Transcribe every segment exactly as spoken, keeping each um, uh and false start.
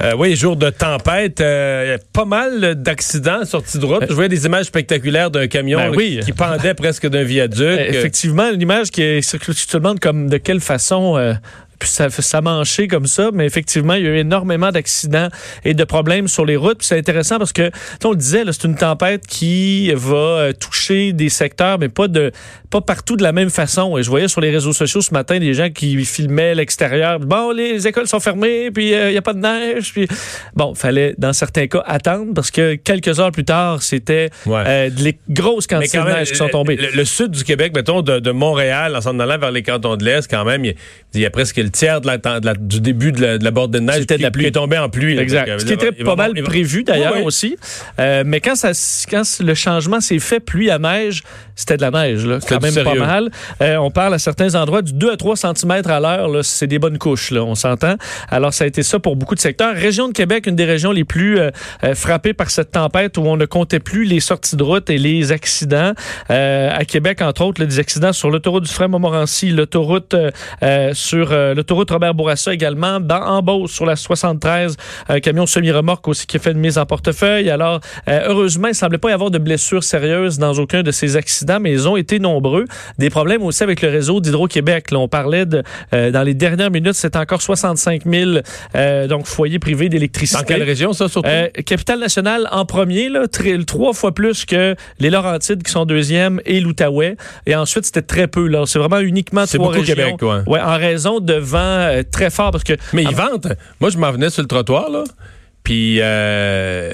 Euh, oui, jour de tempête, il euh, y a pas mal d'accidents sortis de route. Je voyais des images spectaculaires d'un camion ben là, oui. qui, qui pendait presque d'un viaduc. Euh, effectivement, une image qui est circulée. Tu te demandes comme de quelle façon... Euh Puis ça, ça manchait comme ça, mais effectivement, il y a eu énormément d'accidents et de problèmes sur les routes. Puis c'est intéressant parce que, on le disait, là, c'est une tempête qui va toucher des secteurs, mais pas de pas partout de la même façon. Et je voyais sur les réseaux sociaux ce matin des gens qui filmaient l'extérieur. Bon, les écoles sont fermées, puis il euh, n'y a pas de neige. Puis bon, fallait dans certains cas attendre parce que quelques heures plus tard, c'était ouais. euh, de grosses quantités de neige qui sont tombées. Le, le sud du Québec, mettons, de, de Montréal, en s'en allant vers les cantons de l'Est, quand même, il y, y a presque le tiers de la, de la, du début de la, de la bordée de neige c'était qui, de la pluie. qui est tombée en pluie. Exact. Là, ce qui était pas mal prévu d'ailleurs oui, oui. aussi. Euh, mais quand, ça, quand le changement s'est fait pluie à neige, c'était de la neige, là, quand même sérieux. Pas mal. Euh, on parle à certains endroits du deux à trois centimètres à l'heure. Là, c'est des bonnes couches, là, on s'entend. Alors, ça a été ça pour beaucoup de secteurs. Région de Québec, une des régions les plus euh, frappées par cette tempête où on ne comptait plus les sorties de route et les accidents. Euh, à Québec, entre autres, là, des accidents sur l'autoroute du Frère-Montmorency, l'autoroute euh, sur euh, l'autoroute Robert-Bourassa également, dans, en Beauce, sur la soixante-treize, un camion semi-remorque aussi qui a fait une mise en portefeuille. Alors, euh, heureusement, il ne semblait pas y avoir de blessures sérieuses dans aucun de ces accidents, mais ils ont été nombreux. Des problèmes aussi avec le réseau d'Hydro-Québec. Là, on parlait de, euh, dans les dernières minutes, c'est encore soixante-cinq mille euh, donc foyers privés d'électricité. Dans quelle région, ça, surtout? Euh, Capitale-Nationale en premier, là, tr- trois fois plus que les Laurentides qui sont deuxième et l'Outaouais. Et ensuite, c'était très peu. Là. C'est vraiment uniquement c'est trois beaucoup régions. Québec, ouais. Ouais, en raison de vent euh, très fort. Parce que, mais ils vantent. Moi, je m'en venais sur le trottoir, là. Puis... Euh...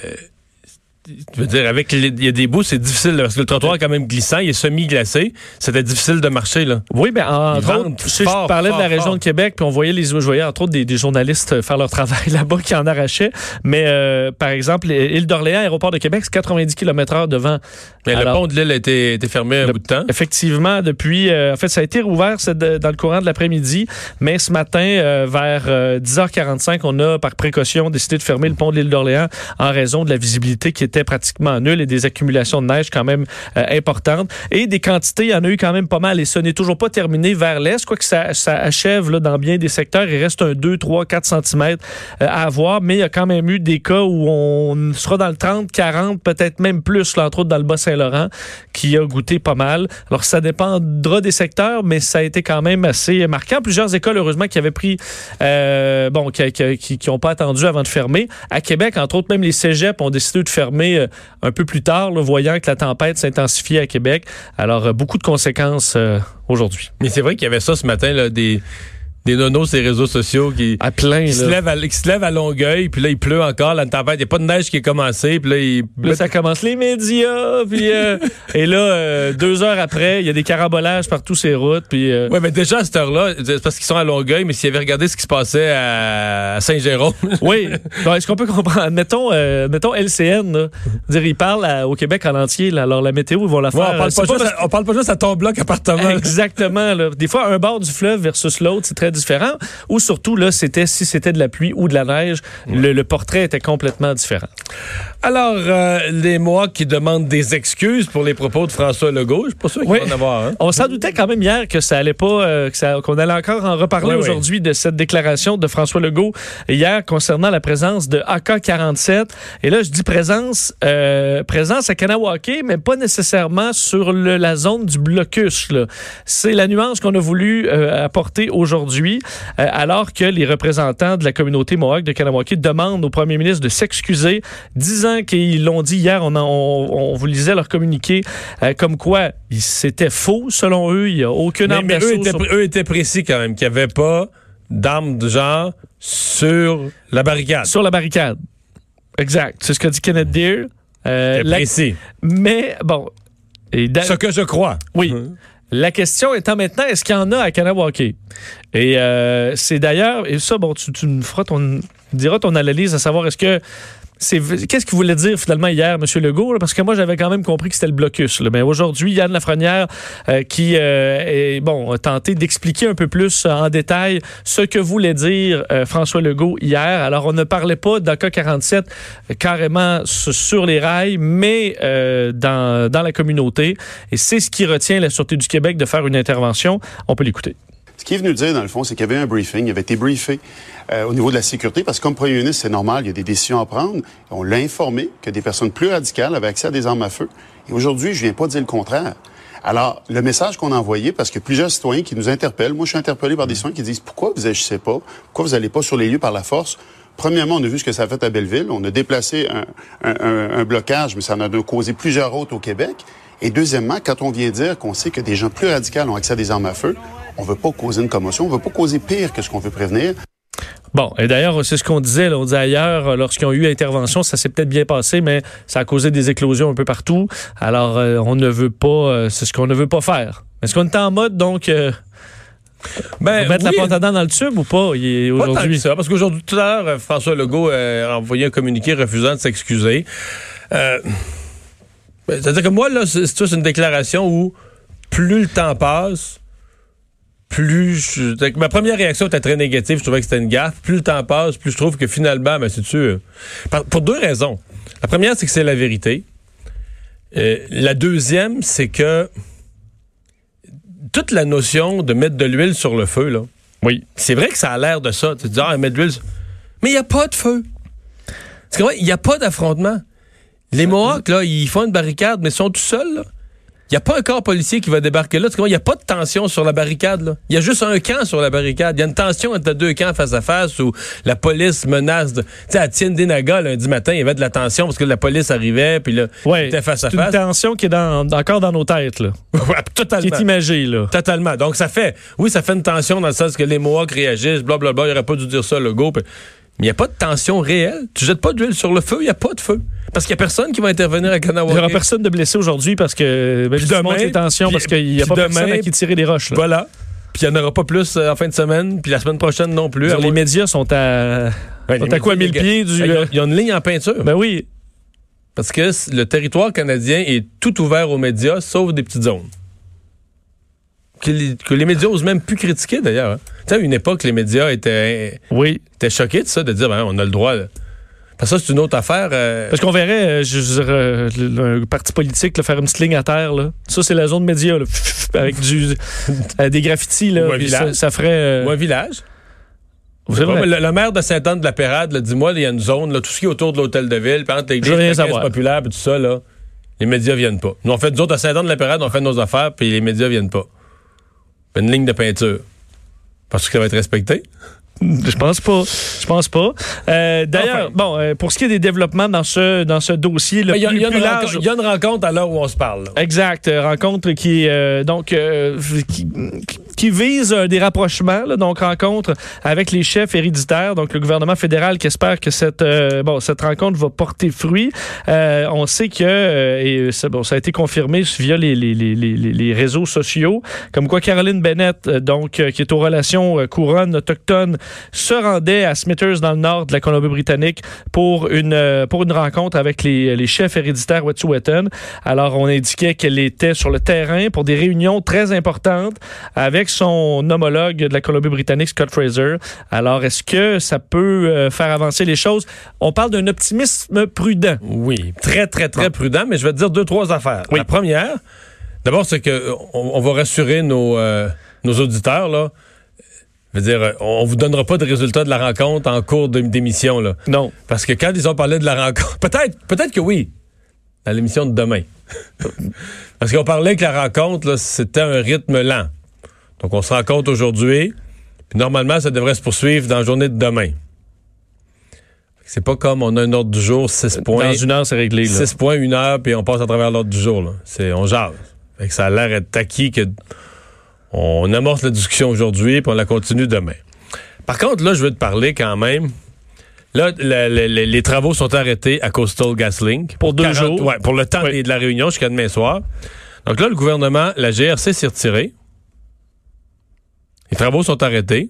Je veux dire, avec les, il y a des bouts, c'est difficile, là, parce que le trottoir est quand même glissant, il est semi-glacé. C'était difficile de marcher, là. Oui, bien, entre autres, je, fort, je parlais fort, de la région fort. de Québec, puis on voyait les, je voyais entre autres des, des journalistes faire leur travail là-bas qui en arrachaient. Mais, euh, par exemple, l'île d'Orléans, aéroport de Québec, c'est quatre-vingt-dix kilomètres heure de vent. Mais Alors, le pont de l'île a été, été fermé un le, bout de temps. Effectivement, depuis, euh, en fait, ça a été rouvert de, dans le courant de l'après-midi, mais ce matin, euh, vers euh, dix heures quarante-cinq, on a, par précaution, décidé de fermer le pont de l'île d'Orléans en raison de la visibilité qui était pratiquement nulle et des accumulations de neige quand même euh, importantes. Et des quantités, il y en a eu quand même pas mal et ce n'est toujours pas terminé vers l'est, quoique ça, ça achève là, dans bien des secteurs. Il reste un deux, trois, quatre centimètres euh, à avoir, mais il y a quand même eu des cas où on sera dans le trente, quarante, peut-être même plus, là, entre autres dans le Bas-Saint-Laurent, qui a goûté pas mal. Alors, ça dépendra des secteurs, mais ça a été quand même assez marquant. Plusieurs écoles, heureusement, qui avaient pris, euh, bon, qui n'ont qui, qui pas attendu avant de fermer. À Québec, entre autres, même les cégeps ont décidé de fermer euh, un peu plus tard, là, voyant que la tempête s'intensifiait à Québec. Alors, euh, beaucoup de conséquences euh, aujourd'hui. Mais c'est vrai qu'il y avait ça ce matin, là, des... des nonos sur les réseaux sociaux qui, à plein, qui, se lèvent à, qui se lèvent à Longueuil, puis là, il pleut encore, la tempête, il n'y a pas de neige qui est commencée, puis là, il... là, ça commence les médias, puis euh, et là, euh, deux heures après, il y a des carambolages partout sur les routes, puis... Euh... Oui, mais déjà, à cette heure-là, c'est parce qu'ils sont à Longueuil, mais s'ils avaient regardé ce qui se passait à, à Saint-Jérôme... Oui, bon, est-ce qu'on peut comprendre? Mettons, euh, mettons L C N, là. Dire, ils parlent à, au Québec en entier, là. Alors la météo, ils vont la faire... Ouais, on, parle pas pas juste, à, on parle pas juste à ton bloc appartement. Exactement, là. Des fois, un bord du fleuve versus l'autre, c'est très différent. Ou surtout, là, c'était si c'était de la pluie ou de la neige, ouais. le, le portrait était complètement différent. Alors, euh, les Mohawks qui demandent des excuses pour les propos de François Legault, je suis pas sûr qu'il oui. va en avoir. Hein? On s'en doutait quand même hier que ça allait pas, euh, que ça, qu'on allait encore en reparler oui, aujourd'hui oui. de cette déclaration de François Legault hier concernant la présence de A K quarante-sept. Et là, je dis présence, euh, présence à Kanawake, mais pas nécessairement sur le, la zone du blocus. Là. C'est la nuance qu'on a voulu euh, apporter aujourd'hui. Euh, alors que les représentants de la communauté Mohawk de Kanawake demandent au premier ministre de s'excuser, disant qu'ils l'ont dit hier, on, en, on, on vous lisait leur communiqué, euh, comme quoi c'était faux selon eux, il n'y a aucune arme mais, mais d'assaut. Eux étaient, sur... eux étaient précis quand même, qu'il n'y avait pas d'armes de genre sur la barricade. Sur la barricade, exact. C'est ce qu'a dit Kenneth Deer. Euh, la... précis. Mais bon... Et da... Ce que je crois. Oui. Hum. La question étant maintenant, est-ce qu'il y en a à Kanawake? Et euh, c'est d'ailleurs, et ça, bon, tu, tu me feras ton, diras ton analyse à savoir est-ce que c'est, qu'est-ce qu'il voulait dire finalement hier, M. Legault? Là, parce que moi, j'avais quand même compris que c'était le blocus. Là. Mais aujourd'hui, Yann Lafrenière euh, qui euh, est, bon, a tenté d'expliquer un peu plus euh, en détail ce que voulait dire euh, François Legault hier. Alors, on ne parlait pas d'A K quarante-sept euh, carrément sur les rails, mais euh, dans, dans la communauté. Et c'est ce qui retient la Sûreté du Québec de faire une intervention. On peut l'écouter. Ce qu'il est venu dire, dans le fond, c'est qu'il y avait un briefing, il avait été briefé euh, au niveau de la sécurité, parce que comme premier ministre, c'est normal, il y a des décisions à prendre. On l'a informé que des personnes plus radicales avaient accès à des armes à feu. Et aujourd'hui, je viens pas dire le contraire. Alors, le message qu'on a envoyé, parce que plusieurs citoyens qui nous interpellent, moi je suis interpellé par des citoyens qui disent « Pourquoi vous agissez pas? Pourquoi vous n'allez pas sur les lieux par la force? » Premièrement, on a vu ce que ça a fait à Belleville. On a déplacé un, un, un, un blocage, mais ça en a causé plusieurs autres au Québec. Et deuxièmement, quand on vient dire qu'on sait que des gens plus radicaux ont accès à des armes à feu, on veut pas causer une commotion, on veut pas causer pire que ce qu'on veut prévenir. Bon, et d'ailleurs, c'est ce qu'on disait. Là, on disait ailleurs, lorsqu'ils ont eu intervention, ça s'est peut-être bien passé, mais ça a causé des éclosions un peu partout. Alors, euh, on ne veut pas... Euh, c'est ce qu'on ne veut pas faire. Est-ce qu'on est en mode, donc... Euh, ben, mettre oui. la porte à dents dans le tube ou pas, il est aujourd'hui? Pas tant que ça, parce qu'aujourd'hui, tout à l'heure, François Legault euh, a envoyé un communiqué refusant de s'excuser. Euh, c'est-à-dire que moi, là, c'est, c'est une déclaration où plus le temps passe, plus je, ma première réaction était très négative, je trouvais que c'était une gaffe. Plus le temps passe, plus je trouve que finalement, ben, c'est-tu, euh, pour deux raisons. La première, c'est que c'est la vérité. Euh, la deuxième, c'est que toute la notion de mettre de l'huile sur le feu, là, oui, c'est vrai que ça a l'air de ça. Tu te dis, ah, mettre de l'huile sur... Mais il n'y a pas de feu. Il n'y a pas d'affrontement. Les Mohawks, là, ils font une barricade, mais ils sont tout seuls, là. Il n'y a pas un corps policier qui va débarquer là. Il n'y a pas de tension sur la barricade. Il y a juste un camp sur la barricade. Il y a une tension entre deux camps face à face où la police menace de... Tu sais, à Tiendenaga, lundi matin, il y avait de la tension parce que la police arrivait, puis là, ouais, c'était face à face. C'est une tension qui est dans, encore dans nos têtes, là. Ouais, totalement. Qui est imagée, là. Totalement. Donc, ça fait... Oui, ça fait une tension dans le sens que les Mohawks réagissent, blablabla. Il n'aurait pas dû dire ça, le go. Puis... Mais il n'y a pas de tension réelle. Tu jettes pas d'huile sur le feu, il n'y a pas de feu. Parce qu'il n'y a personne qui va intervenir à Kanawake. Il n'y aura personne de blessé aujourd'hui parce que ben, demain, les tensions, parce qu'il n'y a pas demain, personne à qui tirer des roches. Là. Voilà. Puis il n'y en aura pas plus euh, en fin de semaine, puis la semaine prochaine non plus. Genre, les médias sont à, ouais, sont à quoi, mille pieds du... Il y a une ligne en peinture. Ben oui. Parce que le territoire canadien est tout ouvert aux médias, sauf des petites zones. Que les, que les médias osent même plus critiquer, d'ailleurs. Hein. Tu sais, à une époque, les médias étaient, oui. étaient choqués de ça, de dire, ben, on a le droit... Là. Parce que ça, c'est une autre affaire. Euh... Parce qu'on verrait, euh, je veux dire, euh, un parti politique là, faire une petite ligne à terre. Là. Ça, c'est la zone média, là, avec du, euh, des graffitis. Là, ou un village. Ça, ça ferait... Euh... Ou un village. C'est vrai. Le, le maire de Sainte-Anne-de-la-Pérade, là, dis-moi, il y a une zone, là, tout ce qui est autour de l'hôtel de ville, par exemple, l'église, la caisse populaire, puis tout ça, là, les médias viennent pas. Nous, on fait, nous autres, à Sainte-Anne-de-la-Pérade, on fait nos affaires, puis les médias viennent pas. Une ligne de peinture. Parce que ça va être respecté? Je pense pas. Je pense pas. Euh, d'ailleurs, enfin, bon, euh, pour ce qui est des développements dans ce dans ce dossier, le il y, plus, y, y, plus large, il y a une rencontre à l'heure où on se parle. Là. Exact, rencontre qui euh, donc euh, qui, qui vise euh, des rapprochements. Là, donc rencontre avec les chefs héréditaires. Donc le gouvernement fédéral qui espère que cette euh, bon cette rencontre va porter fruit. Euh, on sait que euh, et ça, bon ça a été confirmé via les les les les, les réseaux sociaux, comme quoi Caroline Bennett, euh, donc euh, qui est aux relations euh, couronnes autochtones, se rendait à Smithers dans le nord de la Colombie-Britannique pour une euh, pour une rencontre avec les, les chefs héréditaires Wet'suwet'en. Alors, on indiquait qu'elle était sur le terrain pour des réunions très importantes avec son homologue de la Colombie-Britannique, Scott Fraser. Alors, est-ce que ça peut euh, faire avancer les choses? On parle d'un optimisme prudent. Oui, très, très, très bon. prudent, mais je vais te dire deux, trois affaires. Oui. La première, d'abord, c'est que on, on va rassurer nos, euh, nos auditeurs, là. Je veux dire, on vous donnera pas de résultats de la rencontre en cours de, d'émission, là. Non. Parce que quand ils ont parlé de la rencontre, peut-être, peut-être que oui, à l'émission de demain. Parce qu'on parlait que la rencontre, là, c'était un rythme lent. Donc, on se rencontre aujourd'hui, puis normalement, ça devrait se poursuivre dans la journée de demain. C'est pas comme on a un ordre du jour, six points. Dans une heure, c'est réglé, là. six points, une heure, puis on passe à travers l'ordre du jour, là. C'est, on jase. Fait que ça a l'air d'être acquis que... On amorce la discussion aujourd'hui, puis on la continue demain. Par contre, là, je veux te parler quand même. Là, la, la, la, les travaux sont arrêtés à Coastal GasLink. Pour deux quarante, jours. Ouais, pour le temps oui. de la réunion jusqu'à demain soir. Donc là, le gouvernement, la G R C s'est retirée. Les travaux sont arrêtés.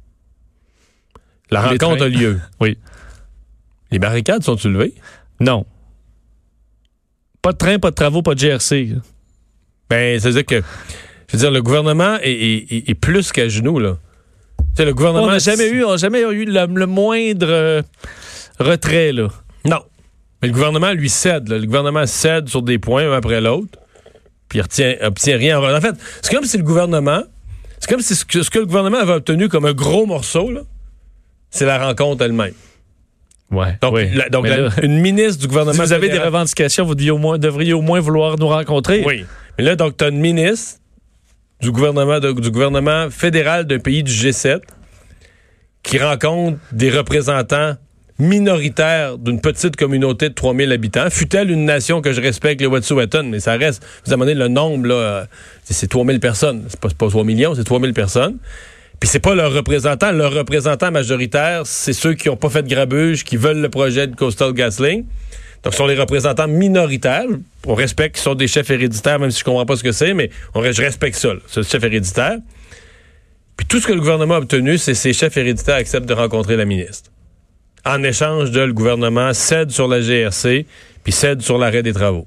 La les rencontre trains. a lieu. Oui. Les barricades sont-elles levées? Non. Pas de train, pas de travaux, pas de G R C. Ben, c'est-à-dire que... Je veux dire, le gouvernement est, est, est plus qu'à genoux, là. Tu sais, le gouvernement... On n'a jamais eu, on n'a jamais eu le, le moindre euh, retrait, là. Non. Mais le gouvernement lui cède, là. Le gouvernement cède sur des points, un après l'autre, puis il retient, obtient rien. En fait, c'est comme si le gouvernement C'est comme si ce que, ce que le gouvernement avait obtenu comme un gros morceau, là, c'est la rencontre elle-même. Ouais, donc, oui. la, donc la, là, une ministre du gouvernement... Si vous avez fédéral, des revendications, vous deviez au moins, devriez au moins vouloir nous rencontrer. Oui. Mais là, donc, tu as une ministre du gouvernement, de, du gouvernement fédéral d'un pays du G sept qui rencontre des représentants minoritaires d'une petite communauté de trois mille habitants. Fut-elle une nation que je respecte, le Wet'suwet'en, mais ça reste... Vous amenez le nombre, là, c'est trois mille personnes. C'est pas, c'est pas trois millions, c'est trois mille personnes. Puis c'est pas leur représentant. Leur représentant majoritaire, c'est ceux qui n'ont pas fait de grabuge, qui veulent le projet de Coastal GasLink. Donc, ce sont les représentants minoritaires. On respecte qu'ils sont des chefs héréditaires, même si je comprends pas ce que c'est, mais on, je respecte ça, là, ce chef héréditaire. Puis tout ce que le gouvernement a obtenu, c'est que ces chefs héréditaires acceptent de rencontrer la ministre. En échange de, le gouvernement cède sur la G R C, puis cède sur l'arrêt des travaux.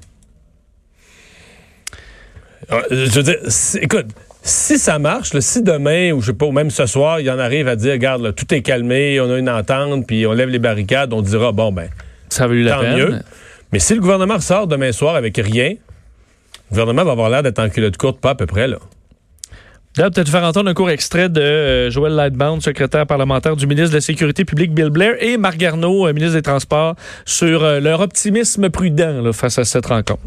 Alors, je veux dire, écoute, si ça marche, là, si demain, ou je sais pas, ou même ce soir, il y en arrive à dire, regarde, là, tout est calmé, on a une entente, puis on lève les barricades, on dira, bon, ben, ça a valu la tant peine. mieux. Mais si le gouvernement ressort demain soir avec rien, le gouvernement va avoir l'air d'être en culotte courte, pas à peu près, là. Là, peut-être faire entendre un court extrait de euh, Joël Lightbound, secrétaire parlementaire du ministre de la Sécurité publique Bill Blair, et Marc Garneau, euh, ministre des Transports, sur euh, leur optimisme prudent là, face à cette rencontre.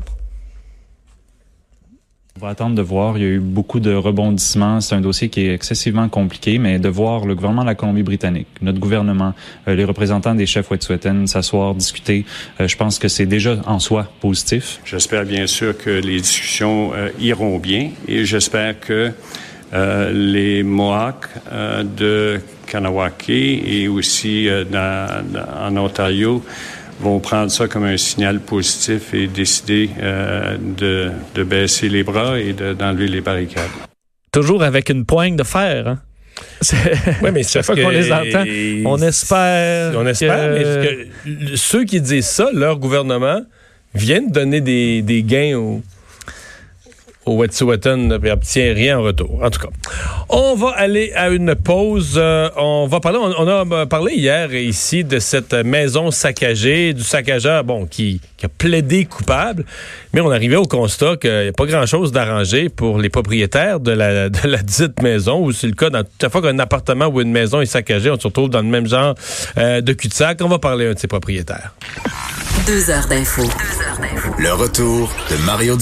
On va attendre de voir. Il y a eu beaucoup de rebondissements. C'est un dossier qui est excessivement compliqué, mais de voir le gouvernement de la Colombie-Britannique, notre gouvernement, euh, les représentants des chefs Wet'suwet'en s'asseoir, discuter, euh, je pense que c'est déjà en soi positif. J'espère bien sûr que les discussions euh, iront bien et j'espère que Euh, les Mohawks euh, de Kahnawake et aussi euh, dans, dans, en Ontario vont prendre ça comme un signal positif et décider euh, de, de baisser les bras et de, d'enlever les barricades. Toujours avec une poigne de fer, hein? Oui, mais chaque fois qu'on les entend, on espère. On espère, que... mais que ceux qui disent ça, leur gouvernement, viennent donner des, des gains aux, aux Wet'suwet'en et obtient rien en retour. En tout cas, on va aller à une pause. Euh, on va parler. On, on a parlé hier ici de cette maison saccagée, du saccageur, bon, qui, qui a plaidé coupable, mais on arrivait au constat qu'il n'y a pas grand-chose d'arrangé pour les propriétaires de la, de la dite maison, ou c'est le cas dans chaque fois qu'un appartement ou une maison est saccagé, on se retrouve dans le même genre euh, de cul-de-sac. On va parler à un de ses propriétaires. Deux heures d'info. Le retour de Mario